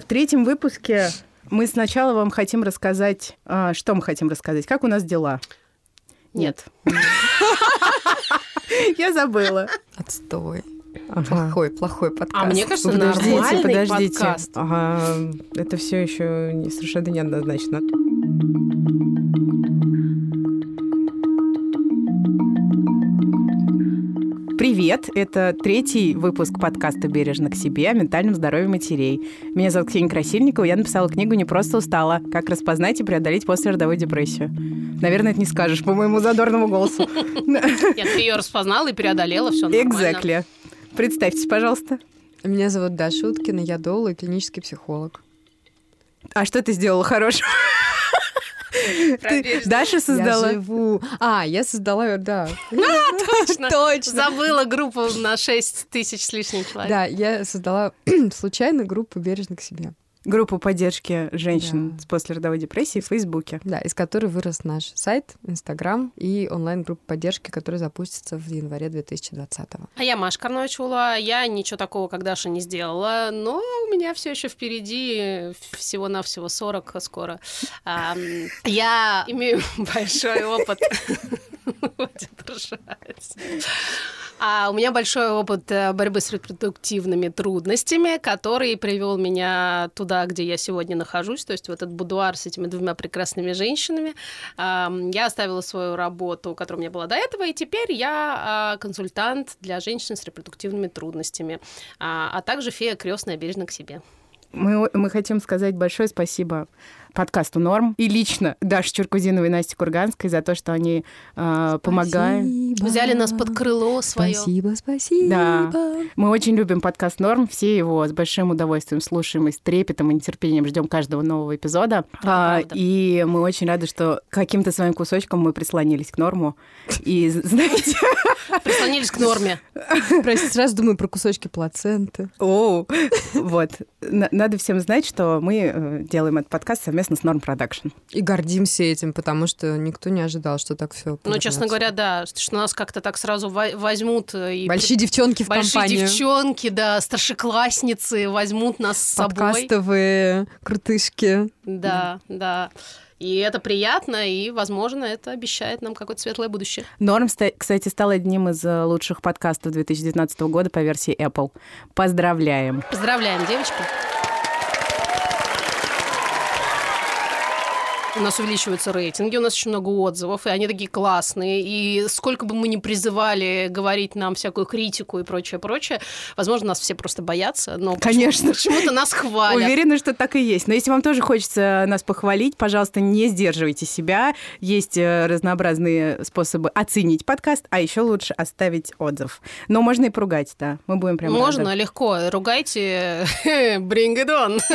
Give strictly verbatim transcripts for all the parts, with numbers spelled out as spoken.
третьем выпуске мы сначала вам хотим рассказать... А, что мы хотим рассказать? Как у нас дела? Нет. Я забыла. Отстой. Плохой, плохой подкаст. А мне кажется, подождите, нормальный подождите. подкаст. Ага, это все еще не, совершенно неоднозначно. Привет! Это третий выпуск подкаста «Бережно к себе» о ментальном здоровье матерей. Меня зовут Ксения Красильникова. Я написала книгу «Не просто устала. Как распознать и преодолеть послеродовую депрессию». Наверное, это не скажешь по моему задорному голосу. Нет, ты ее распознала и преодолела, все нормально. Exactly. Представьтесь, пожалуйста. Меня зовут Даша Уткина, я доула и клинический психолог. А что ты сделала хорошего? Ты Даша создала? Я живу. А, я создала, да. Точно. Точно. Забыла группу на шесть тысяч с лишним человек. Да, я создала случайно группу «Бережно к себе». Группу поддержки женщин Да. с послеродовой депрессией в Фейсбуке. Да, из которой вырос наш сайт, Инстаграм и онлайн-группа поддержки, которая запустится в январе две тысячи двадцатого. А я Маша Карнович-Ула. Я ничего такого, как Даша, не сделала, но у меня все еще впереди всего-навсего сорок скоро. А, я имею большой опыт. А у меня большой опыт борьбы с репродуктивными трудностями, который привел меня туда, где я сегодня нахожусь, то есть в этот будуар с этими двумя прекрасными женщинами. Я оставила свою работу, которая у меня была до этого, и теперь я консультант для женщин с репродуктивными трудностями, а также фея крестная «Бережно к себе». Мы, мы хотим сказать большое спасибо подкасту «Норм» и лично Даше Чуркудиновой и Насте Курганской за то, что они э, помогают. Взяли нас под крыло свое. Спасибо, спасибо. Да. Мы очень любим подкаст «Норм», все его с большим удовольствием слушаем и с трепетом и нетерпением ждем каждого нового эпизода. А, и мы очень рады, что каким-то своим кусочком мы прислонились к «Норму». И, знаете... Прислонились к норме. Прости, сразу думаю про кусочки плаценты. О, вот. Надо всем знать, что мы делаем этот подкаст совместно с Norm Production. И гордимся этим, потому что никто не ожидал, что так все. Ну, честно говоря, да, что нас как-то так сразу возьмут. И большие девчонки в большие компанию. Большие девчонки, да, старшеклассницы возьмут нас с собой. Подкастовые крутышки. Да, да. И это приятно, и, возможно, это обещает нам какое-то светлое будущее. Норм, кстати, стал одним из лучших подкастов две тысячи девятнадцатого года по версии Apple. Поздравляем. Поздравляем, девочки. У нас увеличиваются рейтинги, у нас очень много отзывов, и они такие классные. И сколько бы мы ни призывали говорить нам всякую критику и прочее, прочее, возможно, нас все просто боятся, но конечно, почему-то, почему-то нас хвалят. Уверена, что так и есть. Но если вам тоже хочется нас похвалить, пожалуйста, не сдерживайте себя. Есть разнообразные способы оценить подкаст, а еще лучше оставить отзыв. Но можно и поругать, да. Мы будем прям Можно, рады. легко. Ругайте. Bring it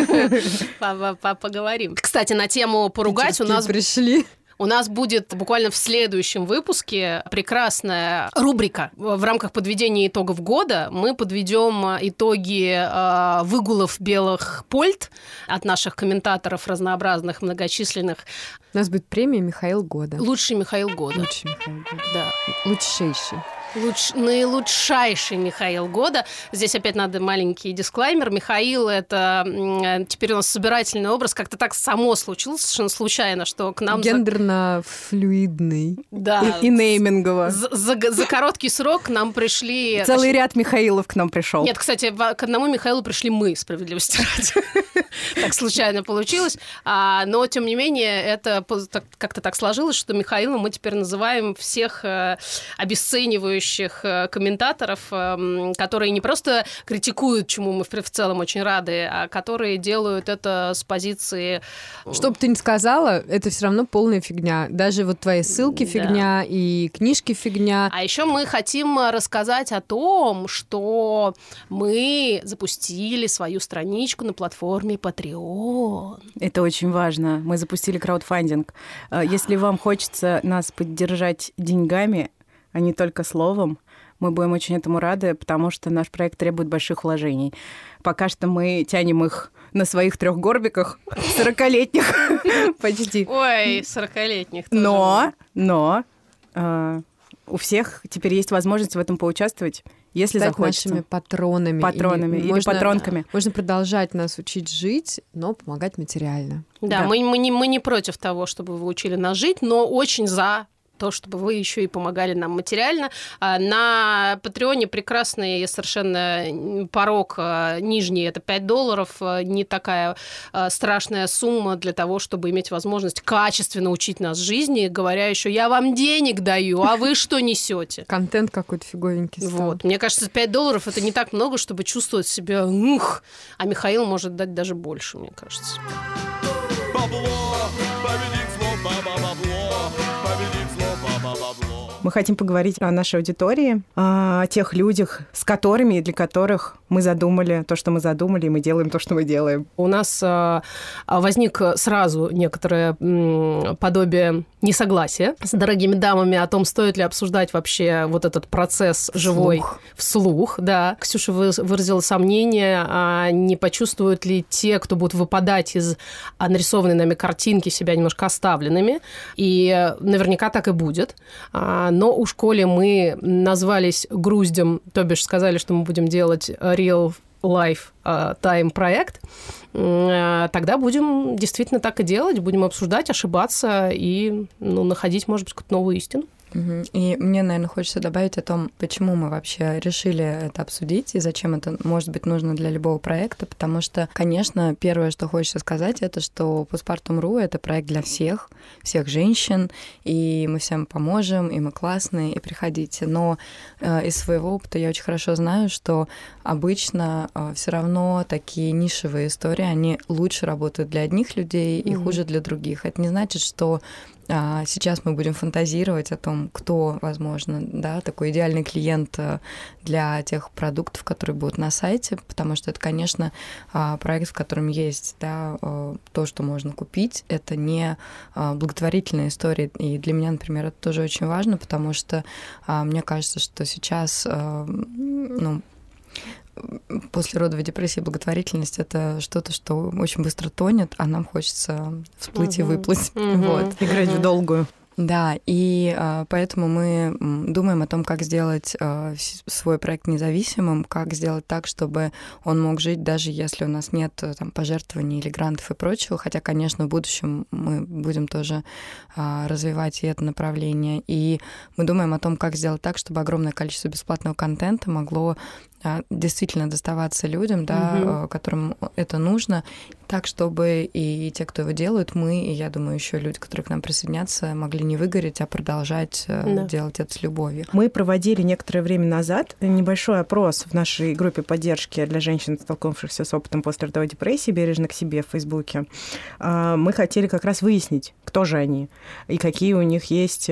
on. Поговорим. Кстати, на тему поругать у нас пришли. У нас будет буквально в следующем выпуске прекрасная рубрика. В рамках подведения итогов года мы подведем итоги э, выгулов белых польт от наших комментаторов разнообразных, многочисленных. У нас будет премия «Михаил года». Лучший Михаил года. Лучший Михаил года. Да. Лучшейший. Луч... Наилучшайший Михаил года. Здесь опять надо маленький дисклаймер. Михаил — это теперь у нас собирательный образ. Как-то так само случилось, совершенно случайно, что к нам... Гендерно-флюидный. Да. И, и неймингово. За, за, за короткий срок к нам пришли... Целый ряд Михаилов к нам пришел. Нет, кстати, к одному Михаилу пришли мы, справедливости ради. Так случайно получилось. Но, тем не менее, это как-то так сложилось, что Михаилом мы теперь называем всех обесценивающих комментаторов, которые не просто критикуют, чему мы в целом очень рады, а которые делают это с позиции... Что бы ты ни сказала, это все равно полная фигня. Даже вот твои ссылки фигня, да. И книжки фигня. А еще мы хотим рассказать о том, что мы запустили свою страничку на платформе Patreon. Это очень важно. Мы запустили краудфандинг. Если вам хочется нас поддержать деньгами, а не только словом, мы будем очень этому рады, потому что наш проект требует больших вложений. Пока что мы тянем их на своих трех горбиках, сорокалетних почти. Ой, сорокалетних. Но, но э, у всех теперь есть возможность в этом поучаствовать. если стать захочется. нашими патронами. Патронами или, или можно, патронками. Можно продолжать нас учить жить, но помогать материально. Да, Да. Мы, мы, не, мы не против того, чтобы вы учили нас жить, но очень за то, чтобы вы еще и помогали нам материально. На Патреоне прекрасный совершенно порог нижний, это пять долларов, не такая страшная сумма для того, чтобы иметь возможность качественно учить нас жизни, говоря еще, я вам денег даю, а вы что несете? Контент какой-то фиговенький стал. Вот. Мне кажется, пять долларов это не так много, чтобы чувствовать себя, ух, а Михаил может дать даже больше, мне кажется. Бабло, победит зло, бабло, победит зло, бабло. Мы хотим поговорить о нашей аудитории, о тех людях, с которыми и для которых мы задумали то, что мы задумали, и мы делаем то, что мы делаем. У нас а, возник сразу некоторое м, подобие несогласия с дорогими дамами о том, стоит ли обсуждать вообще вот этот процесс живой Вслух. вслух. Да. Ксюша выразила сомнение, а не почувствуют ли те, кто будут выпадать из нарисованной нами картинки, себя немножко оставленными. И наверняка так и будет. Но у школы мы назвались груздем, то бишь сказали, что мы будем делать real life time проект, тогда будем действительно так и делать, будем обсуждать, ошибаться и ну, находить, может быть, какую-то новую истину. И мне, наверное, хочется добавить о том, почему мы вообще решили это обсудить и зачем это может быть нужно для любого проекта, потому что, конечно, первое, что хочется сказать, это что Postpartum.ru — это проект для всех, всех женщин, и мы всем поможем, и мы классные, и приходите. Но э, из своего опыта я очень хорошо знаю, что обычно э, все равно такие нишевые истории, они лучше работают для одних людей и mm-hmm. хуже для других. Это не значит, что А сейчас мы будем фантазировать о том, кто, возможно, да, такой идеальный клиент для тех продуктов, которые будут на сайте, потому что это, конечно, проект, в котором есть, да, то, что можно купить. Это не благотворительная история. И для меня, например, это тоже очень важно, потому что мне кажется, что сейчас, ну, после родовой депрессии благотворительность — это что-то, что очень быстро тонет, а нам хочется всплыть uh-huh. и выплыть. Uh-huh. Вот. Играть uh-huh. в долгую. Да, и а, поэтому мы думаем о том, как сделать а, свой проект независимым, как сделать так, чтобы он мог жить, даже если у нас нет там пожертвований или грантов и прочего, хотя, конечно, в будущем мы будем тоже а, развивать и это направление. И мы думаем о том, как сделать так, чтобы огромное количество бесплатного контента могло действительно доставаться людям, да, угу. которым это нужно, так, чтобы и те, кто его делают, мы, и, я думаю, еще люди, которые к нам присоединятся, могли не выгореть, а продолжать да. делать это с любовью. Мы проводили некоторое время назад небольшой опрос в нашей группе поддержки для женщин, столкнувшихся с опытом послеродовой депрессии, «Бережно к себе» в Фейсбуке. Мы хотели как раз выяснить, кто же они и какие у них есть...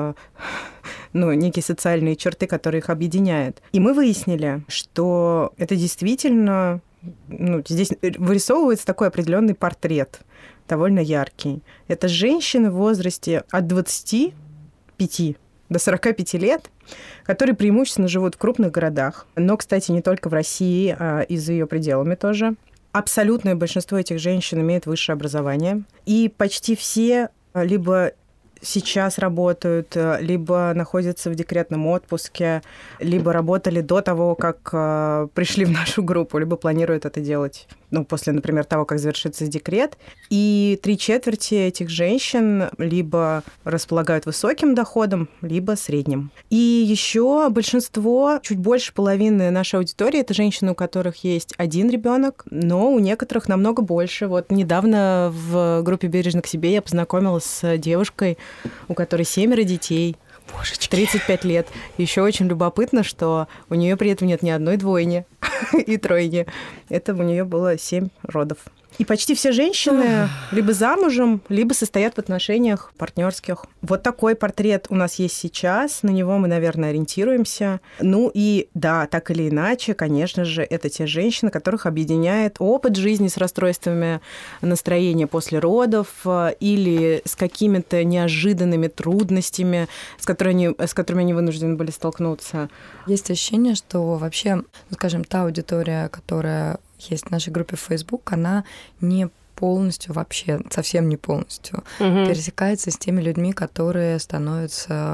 ну, некие социальные черты, которые их объединяют. И мы выяснили, что это действительно... Ну, здесь вырисовывается такой определенный портрет, довольно яркий. Это женщины в возрасте от двадцати пяти до сорока пяти лет, которые преимущественно живут в крупных городах, но, кстати, не только в России, а и за ее пределами тоже. Абсолютное большинство этих женщин имеет высшее образование, и почти все либо сейчас работают, либо находятся в декретном отпуске, либо работали до того, как э, пришли в нашу группу, либо планируют это делать, ну, после, например, того, как завершится декрет. И три четверти этих женщин либо располагают высоким доходом, либо средним. И еще большинство, чуть больше половины нашей аудитории, это женщины, у которых есть один ребенок, но у некоторых намного больше. Вот недавно в группе «Бережно к себе» я познакомилась с девушкой, у которой семеро детей, Божечки. тридцать пять лет. Еще очень любопытно, что у нее при этом нет ни одной двойни и тройни. Это у нее было семь родов. И почти все женщины либо замужем, либо состоят в отношениях партнерских. Вот такой портрет у нас есть сейчас, на него мы, наверное, ориентируемся. Ну и да, так или иначе, конечно же, это те женщины, которых объединяет опыт жизни с расстройствами настроения после родов или с какими-то неожиданными трудностями, с которыми они, с которыми они вынуждены были столкнуться. Есть ощущение, что вообще, скажем, та аудитория, которая есть в нашей группе в Facebook, она не полностью вообще, совсем не полностью, угу. пересекается с теми людьми, которые становятся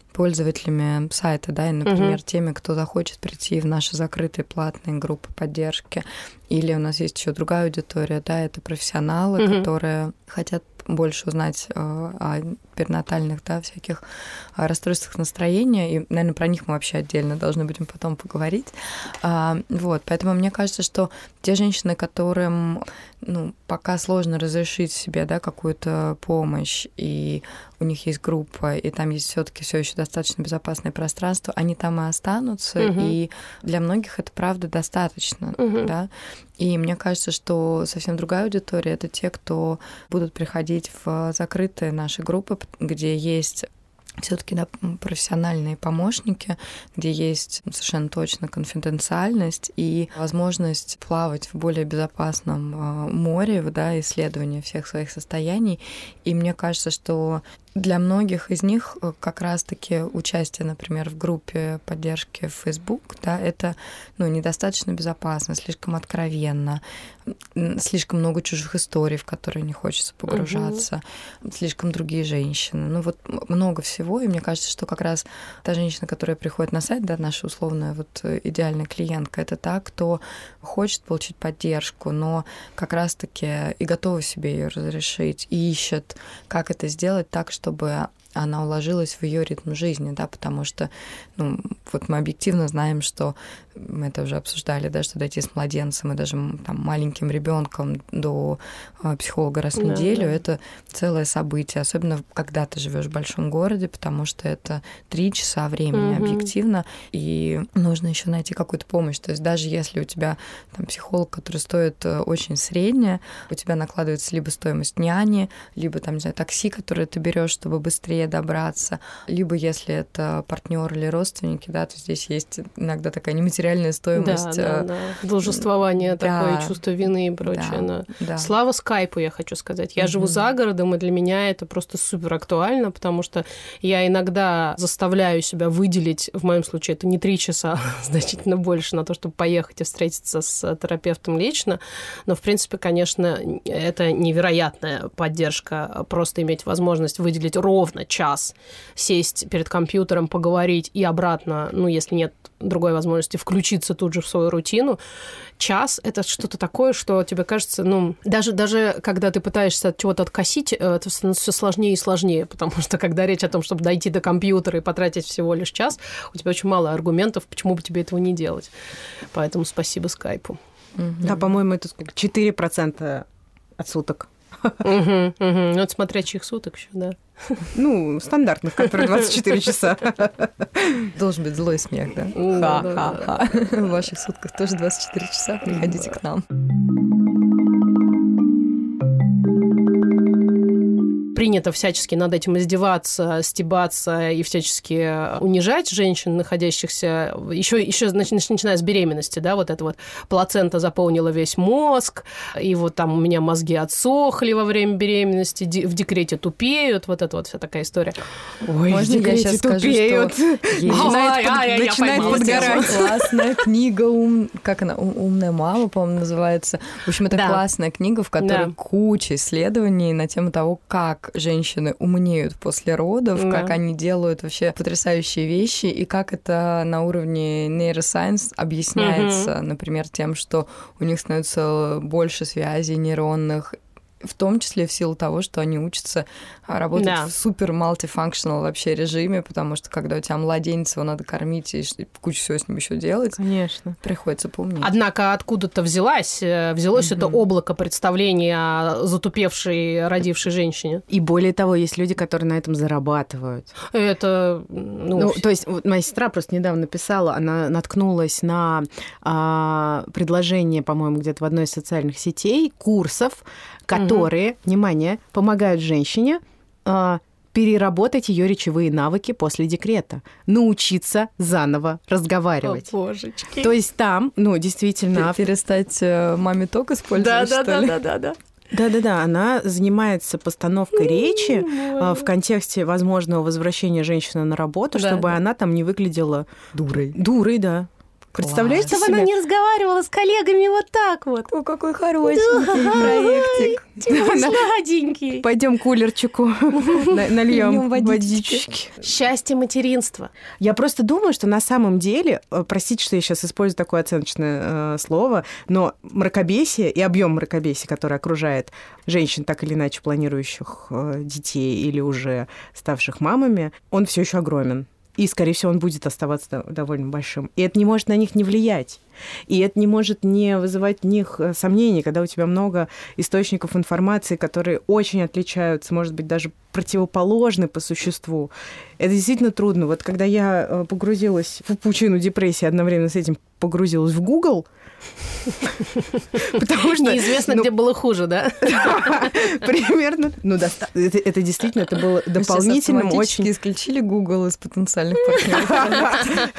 пользователями сайта, да, и, например, Мгм. теми, кто захочет прийти в наши закрытые платные группы поддержки. Или у нас есть еще другая аудитория, да, это профессионалы, Мгм. которые хотят больше узнать э, о перинатальных, да, всяких э, расстройствах настроения, и, наверное, про них мы вообще отдельно должны будем потом поговорить. А, вот, поэтому мне кажется, что те женщины, которым, ну, пока сложно разрешить себе, да, какую-то помощь, и у них есть группа, и там есть все-таки все еще достаточно безопасное пространство, они там и останутся, Мгм. и для многих это правда достаточно, Мгм. да. И мне кажется, что совсем другая аудитория — это те, кто будут приходить в закрытые наши группы, где есть все-таки, да, профессиональные помощники, где есть совершенно точно конфиденциальность и возможность плавать в более безопасном э, море, да, исследования всех своих состояний. И мне кажется, что для многих из них э, как раз-таки участие, например, в группе поддержки в Facebook, да, это, ну, недостаточно безопасно, слишком откровенно, м, слишком много чужих историй, в которые не хочется погружаться, слишком другие женщины. Ну вот м- много всего, и мне кажется, что как раз та женщина, которая приходит на сайт, да, наша условная вот э, идеальная клиентка, это та, кто хочет получить поддержку, но как раз-таки и готова себе ее разрешить, и ищет, как это сделать так, чтобы она уложилась в ее ритм жизни, да, потому что, ну, вот мы объективно знаем, что мы это уже обсуждали, да, что дойти с младенцем и даже там маленьким ребенком до э, психолога раз в Да, неделю, да. это целое событие, особенно когда ты живешь в большом городе, потому что это три часа времени Мгм. объективно, и нужно еще найти какую-то помощь. То есть даже если у тебя там психолог, который стоит э, очень средняя, у тебя накладывается либо стоимость няни, либо там, не знаю, такси, которое ты берешь, чтобы быстрее добраться, либо если это партнер или родственники, да, то здесь есть иногда такая нематериальная стоимость. Да, да, э, да. Должествование да, такое, чувство вины и прочее. да, да. да. Слава скайпу, я хочу сказать. Я живу Мгм. за городом, и для меня это просто супер актуально, потому что я иногда заставляю себя выделить, в моем случае это не три часа, а значительно больше, на то, чтобы поехать и встретиться с терапевтом лично. Но, в принципе, конечно, это невероятная поддержка, просто иметь возможность выделить ровно час, сесть перед компьютером, поговорить и обратно, ну, если нет другой возможности, включиться тут же в свою рутину. Час — это что-то такое, что тебе кажется, ну, даже, даже когда ты пытаешься от чего-то откосить, это все сложнее и сложнее, потому что когда речь о том, чтобы дойти до компьютера и потратить всего лишь час, у тебя очень мало аргументов, почему бы тебе этого не делать. Поэтому спасибо скайпу. Мгм. Да, по-моему, это сколько? четыре процента от суток. Мгм, мгм. Ну, это смотря чьих суток еще, да. Ну, стандартных, которые двадцать четыре часа. Должен быть злой смех, да? Да, да, да. Ха-ха-ха. В ваших сутках тоже двадцать четыре часа. Приходите к нам. Принято всячески над этим издеваться, стебаться и всячески унижать женщин, находящихся еще, еще начиная с беременности, да, вот эта вот плацента заполнила весь мозг, и вот там у меня мозги отсохли во время беременности, ди- в декрете тупеют, вот это вот вся такая история. Ой, Можно я щас скажу, тупеют. что есть Ай, ай, ай, я начинает поймала подгорать. тему. классная книга, ум... как она, «Ум- «Умная мама», по-моему, называется. В общем, это Да. классная книга, в которой Да. куча исследований на тему того, как женщины умнеют после родов, Да. как они делают вообще потрясающие вещи, и как это на уровне нейросайенс объясняется, например, тем, что у них становится больше связей нейронных, в том числе в силу того, что они учатся а, работать Да. в супер мультифункционал вообще режиме, потому что когда у тебя младенец, его надо кормить и ш- кучу всего с ним еще делать, Конечно. приходится поумнеть. Однако откуда-то взялась, э, взялось это облако представления о затупевшей, родившей женщине. И более того, есть люди, которые на этом зарабатывают. Это, ну, Ну, вс- то есть вот моя сестра просто недавно писала, она наткнулась на а, предложение, по-моему, где-то в одной из социальных сетей курсов, которые, внимание, помогают женщине а, переработать ее речевые навыки после декрета, научиться заново разговаривать. О, божечки. То есть там, ну, действительно, Пе- Перестать э, маме ток да, использовать, да, что да, ли? да, да, да. да-да-да, она занимается постановкой речи а, в Боже. контексте возможного возвращения женщины на работу, Да, чтобы да. она там не выглядела Дурой. дурой, да. Представляете Чтобы она себе? не разговаривала с коллегами вот так вот. О, какой хорошенький проектик. Сладенький. Пойдем к кулерчику, нальем Нальем водички. Счастье материнства. Я просто думаю, что на самом деле, э, простите, что я сейчас использую такое оценочное э, слово, но мракобесие и объем мракобесия, который окружает женщин, так или иначе планирующих э, детей или уже ставших мамами, он все еще огромен. И, скорее всего, он будет оставаться довольно большим. И это не может на них не влиять. И это не может не вызывать в них сомнений, когда у тебя много источников информации, которые очень отличаются, может быть, даже противоположны по существу. Это действительно трудно. Вот когда я погрузилась в пучину депрессии, одновременно с этим погрузилась в Google, потому что... Неизвестно, где было хуже, да? Примерно. Ну, это действительно, это было дополнительным очень... исключили Google из потенциальных партнеров.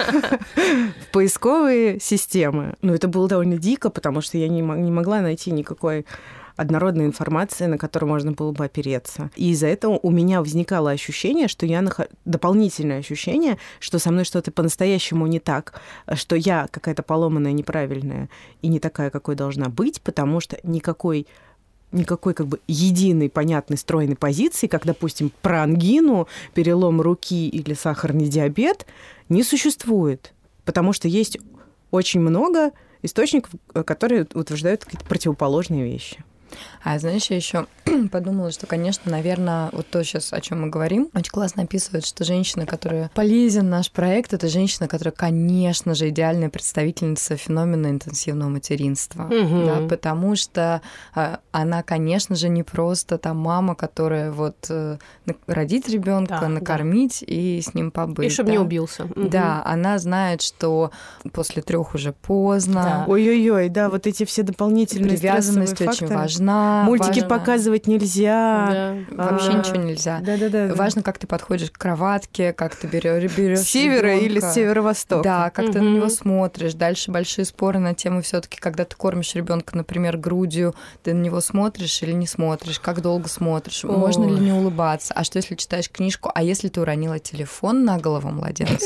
Поисковые системы. Ну, это было довольно дико, потому что я не могла найти никакой однородной информации, на которую можно было бы опереться. И из-за этого у меня возникало ощущение, что я нах... дополнительное ощущение, что со мной что-то по-настоящему не так, что я какая-то поломанная, неправильная и не такая, какой должна быть, потому что никакой никакой как бы единой, понятной, стройной позиции, как, допустим, про ангину, перелом руки или сахарный диабет, не существует. Потому что есть очень много источников, которые утверждают какие-то противоположные вещи. А знаешь, я еще подумала, что, конечно, наверное, вот то сейчас, о чем мы говорим, очень классно описывает, что женщина, которая полезен наш проект, это женщина, которая, конечно же, идеальная представительница феномена интенсивного материнства, Угу. да, потому что э, она, конечно же, не просто та мама, которая вот э, родить ребенка, Да, накормить да. и с ним побыть. И чтобы да. не убился. Угу. Да, она знает, что после трех уже поздно. Да. Ой-ой-ой, да, вот эти все дополнительные привязанность стрессовые очень факторы. важна. Мультики важно. показывать нельзя. Да. Вообще А, ничего нельзя. Да-да-да. Важно, как ты подходишь к кроватке, как ты берешь С севера или с северо-востока. Да, как Мгм. ты на него смотришь. Дальше большие споры на тему все-таки, когда ты кормишь ребенка, например, грудью, ты на него смотришь или не смотришь, как долго смотришь, Ой. можно ли не улыбаться, а что если читаешь книжку, а если ты уронила телефон на голову младенца?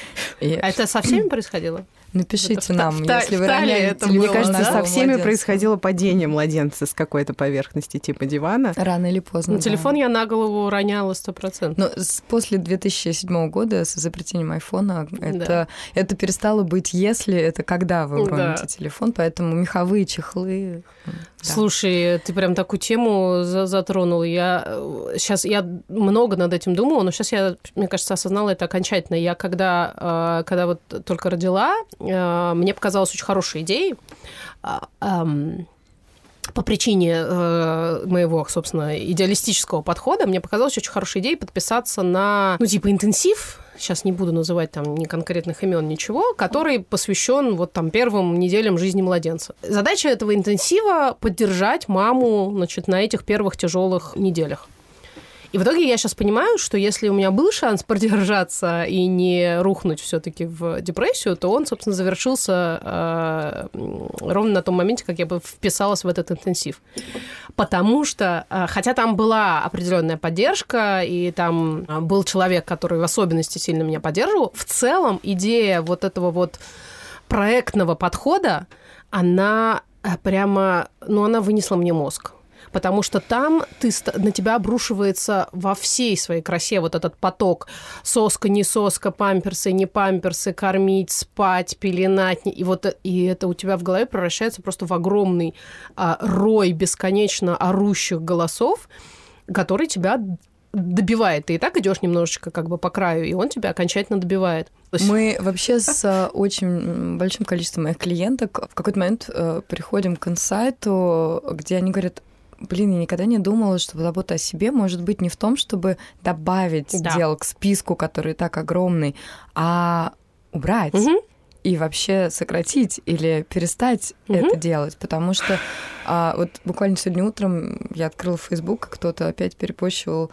И А это со всеми происходило? напишите Это в нам, Та- если в вы Талии роняли это телефон Мне было, кажется, на со голову всеми младенца. происходило падение младенца с какой-то поверхности типа дивана. Рано или поздно. Ну, да. телефон я на голову роняла сто процентов. Но с- после две тысячи седьмого года с изобретением айфона это, это перестало быть «если», это когда вы уроните Да. телефон, поэтому меховые чехлы... м, да. Слушай, ты прям такую тему за- затронул. Я сейчас я много над этим думала, но сейчас я, мне кажется, осознала это окончательно. Я когда, э, когда вот только родила, э, мне показалась очень хорошей идеей. а, ам, По причине э, моего, собственно, идеалистического подхода, мне показалось очень хорошей идеей подписаться на, ну, типа, интенсив, сейчас не буду называть там ни конкретных имен, ничего, который посвящен вот там первым неделям жизни младенца. Задача этого интенсива — поддержать маму, значит, на этих первых тяжелых неделях. И в итоге я сейчас понимаю, что если у меня был шанс продержаться и не рухнуть все-таки в депрессию, то он, собственно, завершился э, ровно на том моменте, как я бы вписалась в этот интенсив. Потому что, э, хотя там была определенная поддержка, и там э, был человек, который в особенности сильно меня поддерживал, в целом идея вот этого вот проектного подхода, она э, прямо, ну, она вынесла мне мозг. Потому что там ты, на тебя обрушивается во всей своей красе вот этот поток соска, не соска, памперсы, не памперсы, кормить, спать, пеленать. И, вот, и это у тебя в голове превращается просто в огромный а, рой бесконечно орущих голосов, который тебя добивает. Ты и так идешь немножечко как бы по краю, и он тебя окончательно добивает. Мы вообще с очень большим количеством моих клиенток в какой-то момент э, приходим к инсайту, где они говорят: блин, я никогда не думала, что забота о себе может быть не в том, чтобы добавить Да. дел к списку, который и так огромный, а убрать. Угу. И вообще сократить или перестать Мгм. это делать. Потому что а, вот буквально сегодня утром я открыла Facebook, кто-то опять перепощивал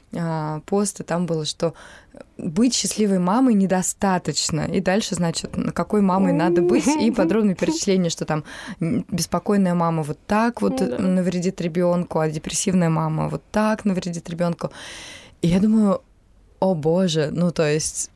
а, пост, и там было, что быть счастливой мамой недостаточно. И дальше, значит, на какой мамой надо быть, и подробное перечисление, что там беспокойная мама вот так вот Да. навредит ребенку, а депрессивная мама вот так навредит ребенку. И я думаю, о боже, ну то есть...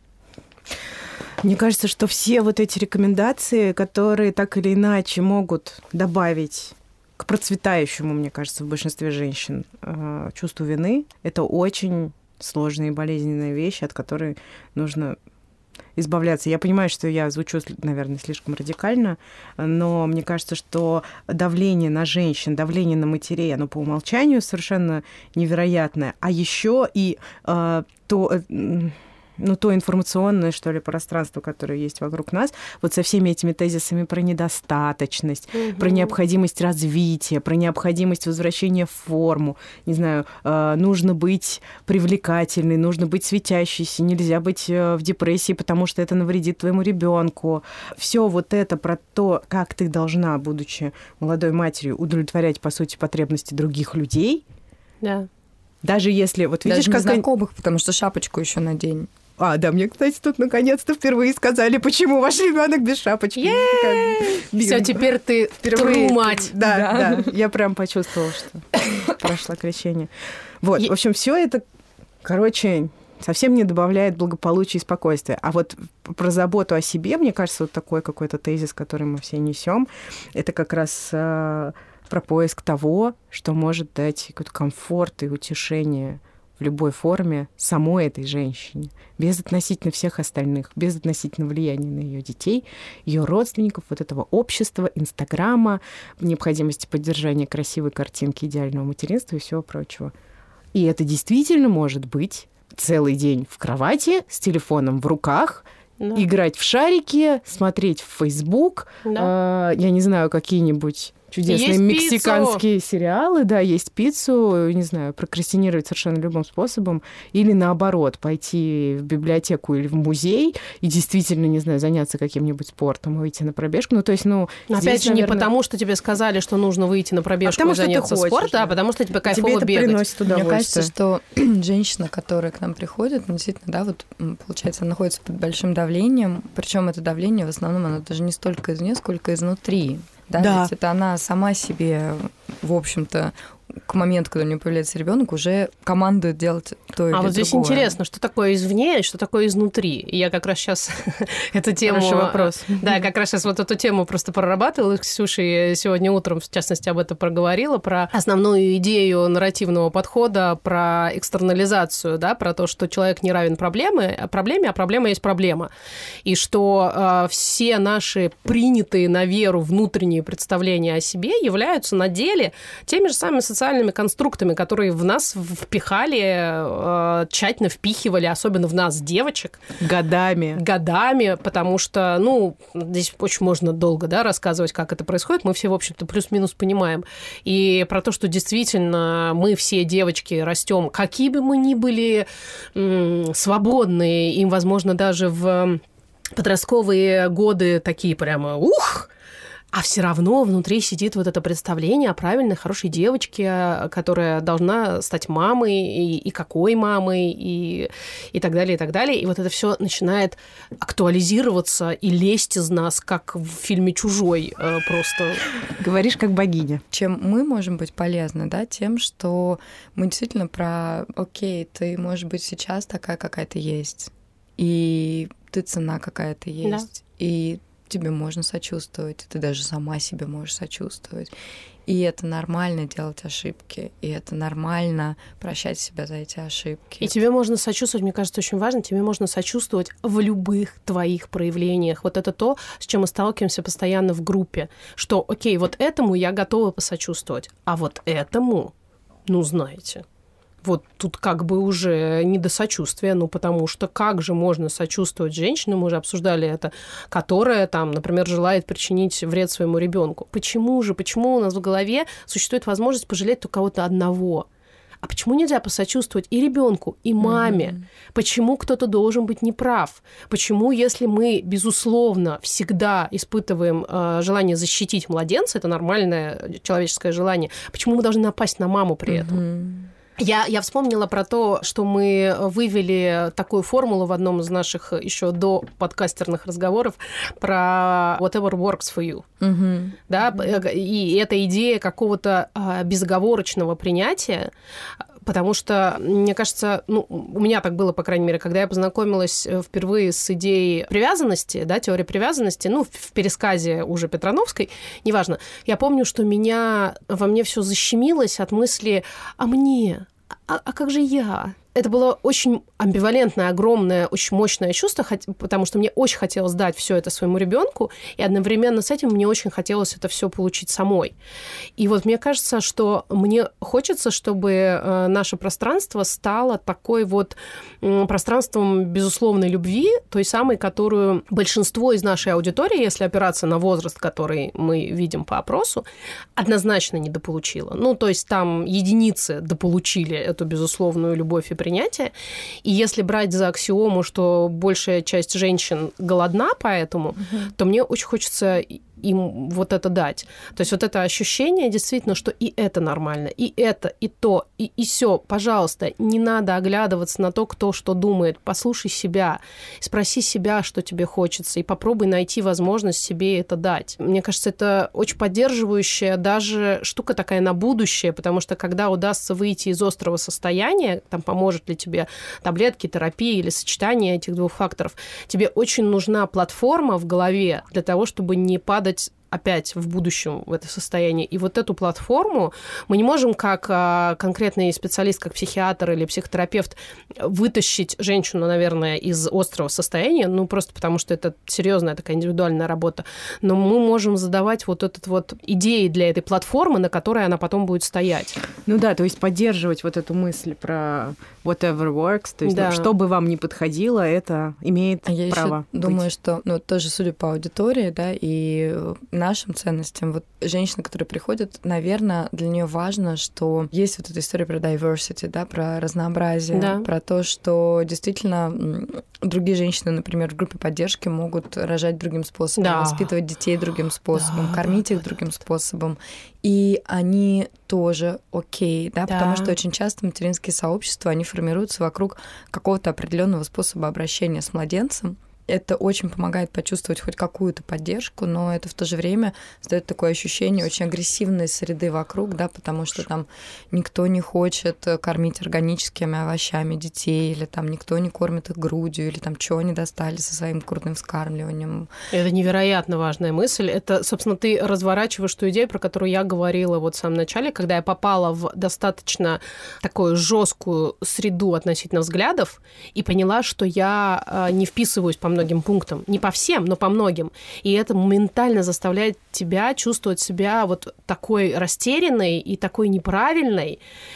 Мне кажется, что все вот эти рекомендации, которые так или иначе могут добавить к процветающему, мне кажется, в большинстве женщин чувству вины. Это очень сложная и болезненная вещь, от которой нужно избавляться. Я понимаю, что я звучу, наверное, слишком радикально, но мне кажется, что давление на женщин, давление на матерей, оно по умолчанию совершенно невероятное. А еще и э, то... Э, ну, то информационное, что ли, пространство, которое есть вокруг нас, вот со всеми этими тезисами про недостаточность, угу. про необходимость развития, про необходимость возвращения в форму, не знаю, э, нужно быть привлекательной, нужно быть светящейся, нельзя быть в депрессии, потому что это навредит твоему ребенку. Все вот это про то, как ты должна, будучи молодой матерью, удовлетворять, по сути, потребности других людей. Да. Даже если, вот видишь, даже как... незнакомых, потому что шапочку еще надень. А, да, мне, кстати, тут наконец-то впрямые сказали, почему ваш ребенок без шапочки. Все, теперь ты впервые true мать. Да, да, да. Я прям почувствовала, что прошло крещение. Вот, в общем, все это, короче, совсем не добавляет благополучия и спокойствия. А вот про заботу о себе, мне кажется, вот такой какой-то тезис, который мы все несем, это как раз э, про поиск того, что может дать какой-то комфорт и утешение в любой форме самой этой женщине, без относительно всех остальных, без относительно влияния на ее детей, ее родственников, вот этого общества, Инстаграма, необходимости поддержания красивой картинки идеального материнства и всего прочего. И это действительно может быть целый день в кровати с телефоном в руках, да. играть в шарики, смотреть в Facebook, да. э, я не знаю, какие-нибудь чудесные есть мексиканские пиццу. Сериалы, да, есть пиццу, не знаю, прокрастинировать совершенно любым способом, или наоборот, пойти в библиотеку или в музей и действительно, не знаю, заняться каким-нибудь спортом, выйти на пробежку. Ну, то есть, ну... Опять здесь, же, наверное... не потому, что тебе сказали, что нужно выйти на пробежку а и заняться спортом, да, а потому что тебе кайфово тебе это бегать. Приносит удовольствие. Мне кажется, что женщина, которая к нам приходит, действительно, да, вот, получается, находится под большим давлением, причем это давление, в основном, оно даже не столько из нее, сколько изнутри. Да, да. Ведь это она сама себе, в общем-то, к моменту, когда у нее появляется ребенок, уже командует делать то или другое. А вот здесь интересно, что такое извне и что такое изнутри. И я как раз сейчас эту тему... Хороший вопрос. Да, я как раз сейчас вот эту тему просто прорабатывала с Ксюшей сегодня утром, в частности, об этом проговорила, про основную идею нарративного подхода, про экстернализацию, да, про то, что человек не равен проблеме, проблеме, а проблема есть проблема. И что э, все наши принятые на веру внутренние представления о себе являются на деле теми же самыми социальными социальными конструктами, которые в нас впихали, э, тщательно впихивали, особенно в нас, девочек. Годами. Годами, потому что, ну, здесь очень можно долго, да, рассказывать, как это происходит. Мы все, в общем-то, плюс-минус понимаем. И про то, что действительно мы все девочки растем, какие бы мы ни были м- свободные, им, возможно, даже в подростковые годы такие прямо ух! А все равно внутри сидит вот это представление о правильной, хорошей девочке, которая должна стать мамой, и, и какой мамой, и, и так далее, и так далее. И вот это все начинает актуализироваться и лезть из нас, как в фильме «Чужой» просто. Говоришь, как богиня. Чем мы можем быть полезны, да, тем, что мы действительно про «окей, ты, может быть, сейчас такая, какая ты есть, и ты цена какая-то есть, да. и тебе можно сочувствовать, ты даже сама себе можешь сочувствовать. И это нормально делать ошибки, и это нормально прощать себя за эти ошибки. И тебе можно сочувствовать, мне кажется, очень важно, тебе можно сочувствовать в любых твоих проявлениях. Вот это то, с чем мы сталкиваемся постоянно в группе, что, окей, вот этому я готова посочувствовать, а вот этому, ну, знаете... Вот тут как бы уже не до сочувствия, ну, потому что как же можно сочувствовать женщине, мы уже обсуждали это, которая, там, например, желает причинить вред своему ребенку. Почему же, почему у нас в голове существует возможность пожалеть только кого-то одного? А почему нельзя посочувствовать и ребенку, и маме? Mm-hmm. Почему кто-то должен быть неправ? Почему, если мы, безусловно, всегда испытываем э, желание защитить младенца, это нормальное человеческое желание, почему мы должны напасть на маму при этом? Mm-hmm. Я, я вспомнила про то, что мы вывели такую формулу в одном из наших еще до подкастерных разговоров про whatever works for you. Mm-hmm. Да? Mm-hmm. И эта идея какого-то безоговорочного принятия, Потому что, мне кажется, ну, у меня так было, по крайней мере, когда я познакомилась впервые с идеей привязанности, да, теории привязанности, ну, в, в пересказе уже Петрановской, неважно, я помню, что меня, во мне все защемилось от мысли «а мне? А, а как же я?» Это было очень амбивалентное, огромное, очень мощное чувство, потому что мне очень хотелось дать все это своему ребенку, и одновременно с этим мне очень хотелось это все получить самой. И вот мне кажется, что мне хочется, чтобы наше пространство стало такой вот пространством безусловной любви, той самой, которую большинство из нашей аудитории, если опираться на возраст, который мы видим по опросу, однозначно недополучило. Ну, то есть там единицы дополучили эту безусловную любовь и принятие. И если брать за аксиому, что большая часть женщин голодна поэтому, uh-huh. то мне очень хочется им вот это дать. То есть вот это ощущение действительно, что и это нормально, и это, и то, и, и сё. Пожалуйста, не надо оглядываться на то, кто что думает. Послушай себя, спроси себя, что тебе хочется, и попробуй найти возможность себе это дать. Мне кажется, это очень поддерживающая даже штука такая на будущее, потому что когда удастся выйти из острого состояния, там поможет ли тебе таблетки, терапия или сочетание этих двух факторов, тебе очень нужна платформа в голове для того, чтобы не падать опять в будущем в это состояние. И вот эту платформу мы не можем как а, конкретный специалист, как психиатр или психотерапевт вытащить женщину, наверное, из острого состояния, ну, просто потому что это серьезная такая индивидуальная работа. Но мы можем задавать вот этот вот идеи для этой платформы, на которой она потом будет стоять. Ну да, то есть поддерживать вот эту мысль про whatever works, то есть да. ну, что бы вам ни подходило, это имеет а я право быть. Думаю, что, ну, тоже судя по аудитории, да, и нашим ценностям, вот женщина, которая приходит, наверное, для нее важно, что есть вот эта история про diversity, да, про разнообразие, да. про то, что действительно другие женщины, например, в группе поддержки могут рожать другим способом, да. воспитывать детей другим способом, да, кормить да, их да, другим да, способом. И они тоже окей, да, да, потому что очень часто материнские сообщества, они формируются вокруг какого-то определенного способа обращения с младенцем. Это очень помогает почувствовать хоть какую-то поддержку, но это в то же время создает такое ощущение очень агрессивной среды вокруг, да, потому что там никто не хочет кормить органическими овощами детей, или там никто не кормит их грудью, или там что они достали со своим грудным вскармливанием. Это невероятно важная мысль. Это, собственно, ты разворачиваешь ту идею, про которую я говорила вот в самом начале, когда я попала в достаточно такую жесткую среду относительно взглядов и поняла, что я не вписываюсь по многим многим пунктам. Не по всем, но по многим. И это моментально заставляет тебя чувствовать себя вот такой растерянной и такой неправильной.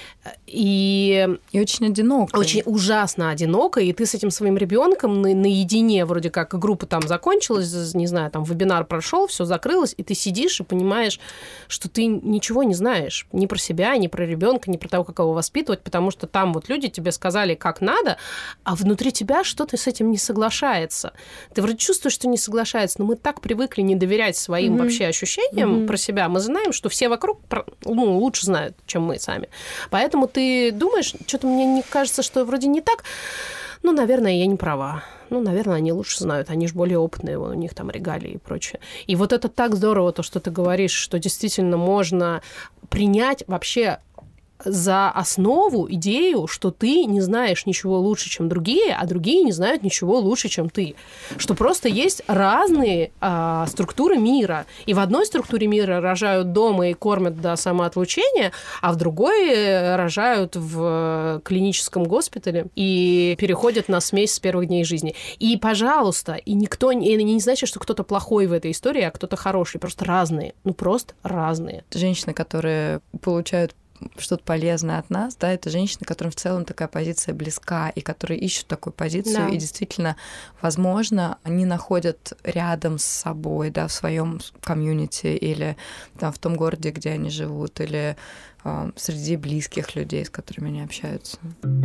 И, и очень одинокой. Очень ужасно одинокой. И ты с этим своим ребенком на, наедине, вроде как группа там закончилась, не знаю, там вебинар прошел, все закрылось, и ты сидишь и понимаешь, что ты ничего не знаешь ни про себя, ни про ребенка, ни про того, как его воспитывать, потому что там вот люди тебе сказали, как надо, а внутри тебя что-то с этим не соглашается. Ты вроде чувствуешь, что не соглашается, но мы так привыкли не доверять своим mm-hmm. вообще ощущениям mm-hmm. про себя. Мы знаем, что все вокруг ну, лучше знают, чем мы сами. Поэтому Поэтому ты думаешь, что-то мне не кажется, что вроде не так. Ну, наверное, я не права. Ну, наверное, они лучше знают, они же более опытные, у них там регалии и прочее. И вот это так здорово, то, что ты говоришь, что действительно можно принять вообще за основу идею, что ты не знаешь ничего лучше, чем другие, а другие не знают ничего лучше, чем ты. Что просто есть разные а, структуры мира. И в одной структуре мира рожают дома и кормят до самоотлучения, а в другой рожают в клиническом госпитале и переходят на смесь с первых дней жизни. И, пожалуйста, и никто и не значит, что кто-то плохой в этой истории, а кто-то хороший. Просто разные. Ну, просто разные. Женщины, которые получают что-то полезное от нас, да, это женщины, которым в целом такая позиция близка, и которые ищут такую позицию, да. и действительно, возможно, они находят рядом с собой, да, в своем комьюнити или там в том городе, где они живут, или э, среди близких людей, с которыми они общаются.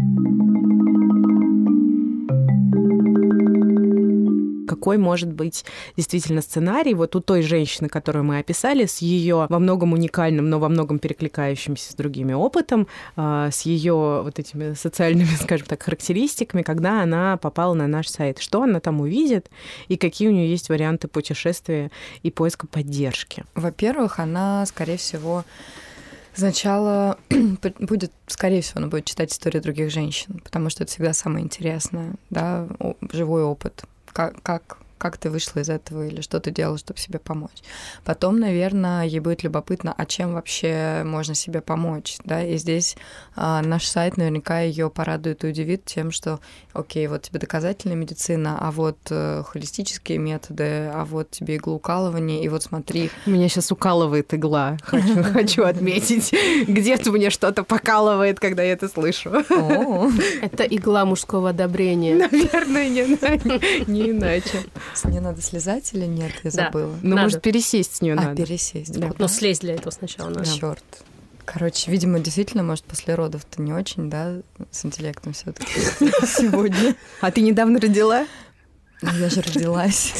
Какой может быть действительно сценарий вот у той женщины, которую мы описали, с ее во многом уникальным, но во многом перекликающимся с другими опытом, с ее вот этими социальными, скажем так, характеристиками, когда она попала на наш сайт. Что она там увидит и какие у нее есть варианты путешествия и поиска поддержки? Во-первых, она, скорее всего, Сначала будет, скорее всего, она будет читать истории других женщин, потому что это всегда самое интересное, да, живой опыт. Как, как как ты вышла из этого или что ты делала, чтобы себе помочь. Потом, наверное, ей будет любопытно, а чем вообще можно себе помочь, да, и здесь а, наш сайт наверняка ее порадует и удивит тем, что, окей, вот тебе доказательная медицина, а вот э, холистические методы, а вот тебе иглоукалывание, и вот смотри. Меня сейчас укалывает игла, хочу, хочу отметить. Где-то мне что-то покалывает, когда я это слышу. Это игла мужского одобрения. Наверное, не иначе. С нее надо слезать или нет? Я Да. забыла. Ну, Надо. может, пересесть с нее А, надо. пересесть. Да. Куда? Но слезть для этого сначала надо. Черт. Короче, видимо, действительно, может, после родов-то не очень, да, с интеллектом все таки сегодня. А ты недавно родила? Ну, я же родилась.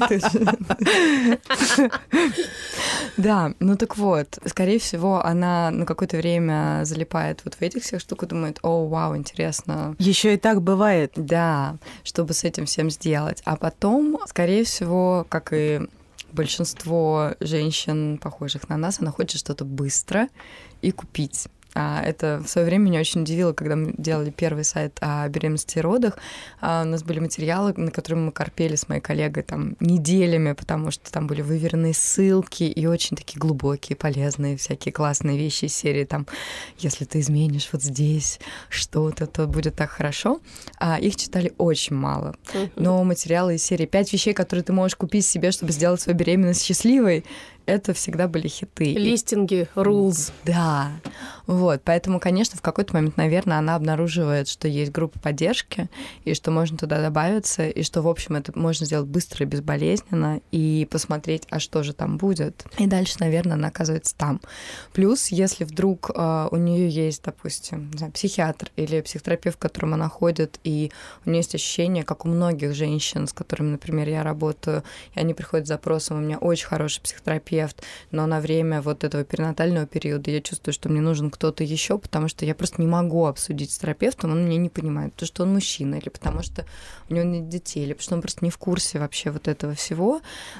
Да, ну так вот, скорее всего, она на какое-то время залипает вот в этих всех штуках, думает, о, вау, интересно. Еще и так бывает. Да, чтобы с этим всем сделать. А потом, скорее всего, как и большинство женщин, похожих на нас, она хочет что-то быстро и купить. А это в свое время меня очень удивило, когда мы делали первый сайт о беременности и родах. А у нас были материалы, на которые мы корпели с моей коллегой там неделями, потому что там были выверенные ссылки и очень такие глубокие, полезные, всякие классные вещи из серии там «Если ты изменишь вот здесь что-то, то будет так хорошо». А их читали очень мало. Но материалы из серии «Пять вещей, которые ты можешь купить себе, чтобы сделать свою беременность счастливой», это всегда были хиты. Листинги, rules. Да. Вот, поэтому, конечно, в какой-то момент, наверное, она обнаруживает, что есть группа поддержки, и что можно туда добавиться, и что, в общем, это можно сделать быстро и безболезненно, и посмотреть, а что же там будет. И дальше, наверное, она оказывается там. Плюс, если вдруг э, у нее есть, допустим, не знаю, психиатр или психотерапевт, к которому она ходит, и у нее есть ощущение, как у многих женщин, с которыми, например, я работаю, и они приходят с запросом, у меня очень хороший психотерапевт, но на время вот этого перинатального периода я чувствую, что мне нужен кто-то еще, потому что я просто не могу обсудить с терапевтом, он меня не понимает, потому что он мужчина, или потому что у него нет детей, или потому что он просто не в курсе вообще вот этого всего.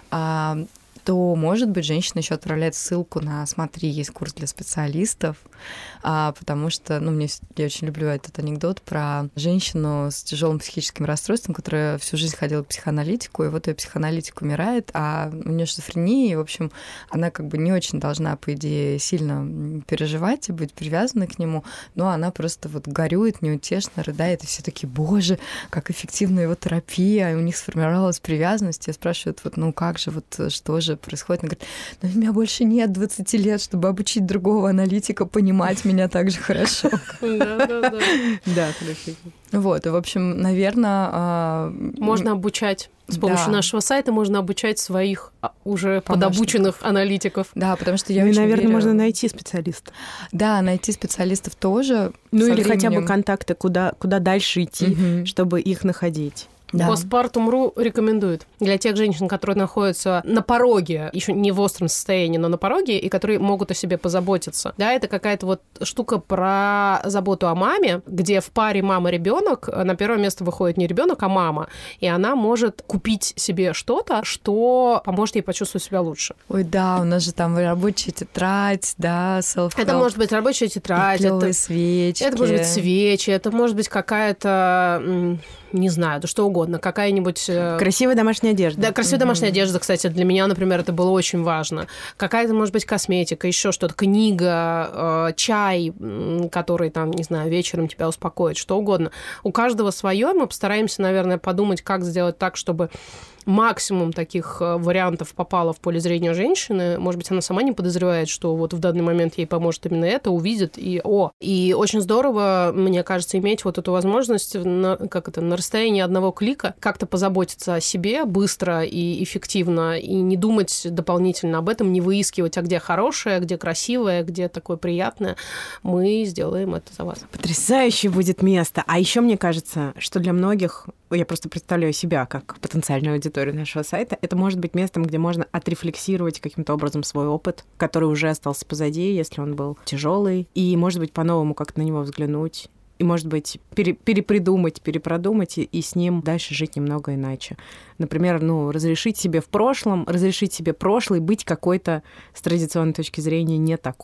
А, то, может быть, женщина еще отправляет ссылку на «Смотри, есть курс для специалистов», а, потому что, ну, мне, я очень люблю этот анекдот про женщину с тяжелым психическим расстройством, которая всю жизнь ходила к психоаналитику, и вот ее психоаналитик умирает, а у нее шизофрения, и, в общем, она как бы не очень должна, по идее, сильно переживать и быть привязана к нему, но она просто вот горюет, неутешно, рыдает, и все такие, боже, как эффективна его терапия, и у них сформировалась привязанность. Я спрашиваю, вот, ну как же, вот что же происходит? Она говорит, ну у меня больше нет двадцати лет, чтобы обучить другого аналитика понимать меня так же хорошо. Да, да, да. Да, хорошо. Вот, и, в общем, наверное... Можно обучать. С помощью Да. нашего сайта можно обучать своих а, уже Помощников. подобученных аналитиков. Да, потому что я Ну и, очень наверное, верю- можно найти специалиста. Да, найти специалистов тоже. Ну со или хотя бы временем. контакты, куда, куда дальше идти, Мгм. чтобы их находить. Да. Постпартум.ру рекомендует для тех женщин, которые находятся на пороге, еще не в остром состоянии, но на пороге, и которые могут о себе позаботиться. Да, это какая-то вот штука про заботу о маме, где в паре мама-ребенок на первое место выходит не ребенок, а мама, и она может купить себе что-то, что поможет ей почувствовать себя лучше. Ой, да, у нас же там рабочая тетрадь, да, self-help. Это может быть рабочая тетрадь, это, клёвые свечки. это может быть свечи, это может быть какая-то, м, не знаю, да что угодно, какая-нибудь... э, Красивая домашняя одежда. Да, красивая домашняя одежда, кстати, для меня, например, это было очень важно. Какая-то, может быть, косметика, еще что-то, книга, э, чай, м, который там, не знаю, вечером тебя успокоит, что угодно. У каждого свое. Мы постараемся, наверное, подумать, как сделать так, чтобы максимум таких э, вариантов попало в поле зрения женщины. Может быть, она сама не подозревает, что вот в данный момент ей поможет именно это, увидит и о. И очень здорово, мне кажется, иметь вот эту возможность на, как это, на расстоянии одного клика как-то позаботиться о себе быстро и эффективно, и не думать дополнительно об этом, не выискивать, а где хорошее, где красивое, где такое приятное. Мы сделаем это за вас. Потрясающе будет место. А еще мне кажется, что для многих, я просто представляю себя как потенциальную аудиторию нашего сайта, это может быть местом, где можно отрефлексировать каким-то образом свой опыт, который уже остался позади, если он был тяжелый, и, может быть, по-новому как-то на него взглянуть. И, может быть, пере, перепридумать, перепродумать и, и с ним дальше жить немного иначе. Например, ну, разрешить себе в прошлом, разрешить себе прошлый быть какой-то с традиционной точки зрения не такой,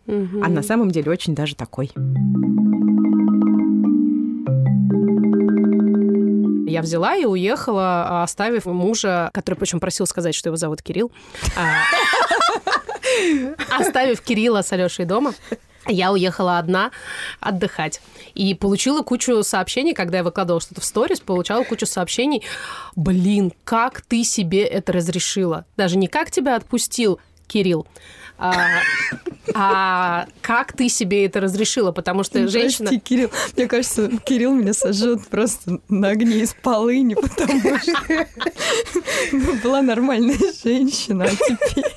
Мгм. А на самом деле очень даже такой. Я взяла и уехала, оставив мужа, который причем просил сказать, что его зовут Кирилл. А, Оставив Кирилла с Алёшей дома, я уехала одна отдыхать. И получила кучу сообщений, когда я выкладывала что-то в сторис, получала кучу сообщений. Блин, как ты себе это разрешила? Даже не как тебя отпустил Кирилл, а, а как ты себе это разрешила? Потому что женщина... Прости, Кирилл. Мне кажется, Кирилл меня сожжет просто на огне из полыни, потому что была нормальная женщина, а теперь...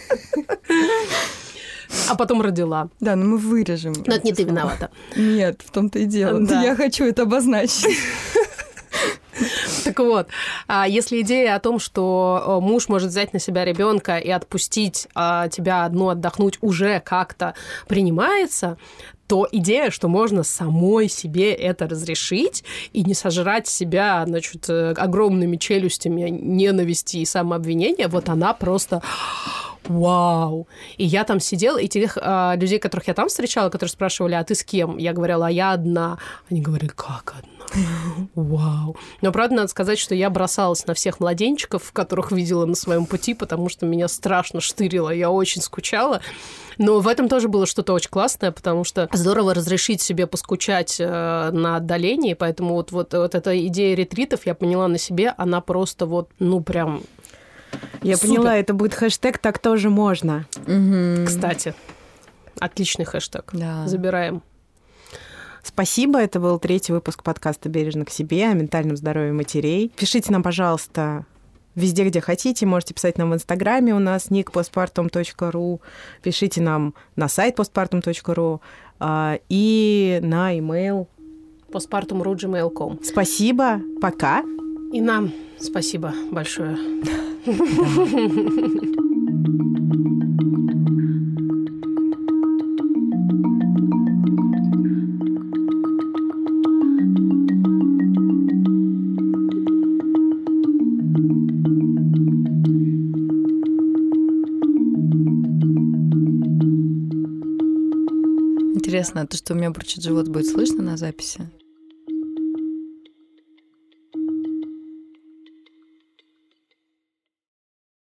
А потом родила. Да, но мы вырежем. Но это не ты слова. виновата. Нет, в том-то и дело. Да. Я хочу это обозначить. Так вот, а если идея о том, что муж может взять на себя ребенка и отпустить а, тебя одну отдохнуть, уже как-то принимается, то идея, что можно самой себе это разрешить и не сожрать себя, значит, огромными челюстями ненависти и самообвинения, вот она просто... Вау! И я там сидела, и тех а, людей, которых я там встречала, которые спрашивали, а ты с кем? Я говорила, а я одна. Они говорили, как одна? Вау! Но, правда, надо сказать, что я бросалась на всех младенчиков, которых видела на своем пути, потому что меня страшно штырило, я очень скучала. Но в этом тоже было что-то очень классное, потому что здорово разрешить себе поскучать э, на отдалении, поэтому вот, вот, вот эта идея ретритов, я поняла на себе, она просто вот, ну, прям... Я Супер. поняла, это будет хэштег «Так тоже можно». Кстати, отличный хэштег. Да. Забираем. Спасибо, это был третий выпуск подкаста «Бережно к себе» о ментальном здоровье матерей. Пишите нам, пожалуйста, везде, где хотите. Можете писать нам в Инстаграме, у нас ник постпартум точка ру. Пишите нам на сайт постпартум точка ру и на имейл. постпартум точка ру джи мейл точка ком. Спасибо, пока. И нам спасибо большое. Интересно, а то, что у меня бурчит живот, будет слышно на записи?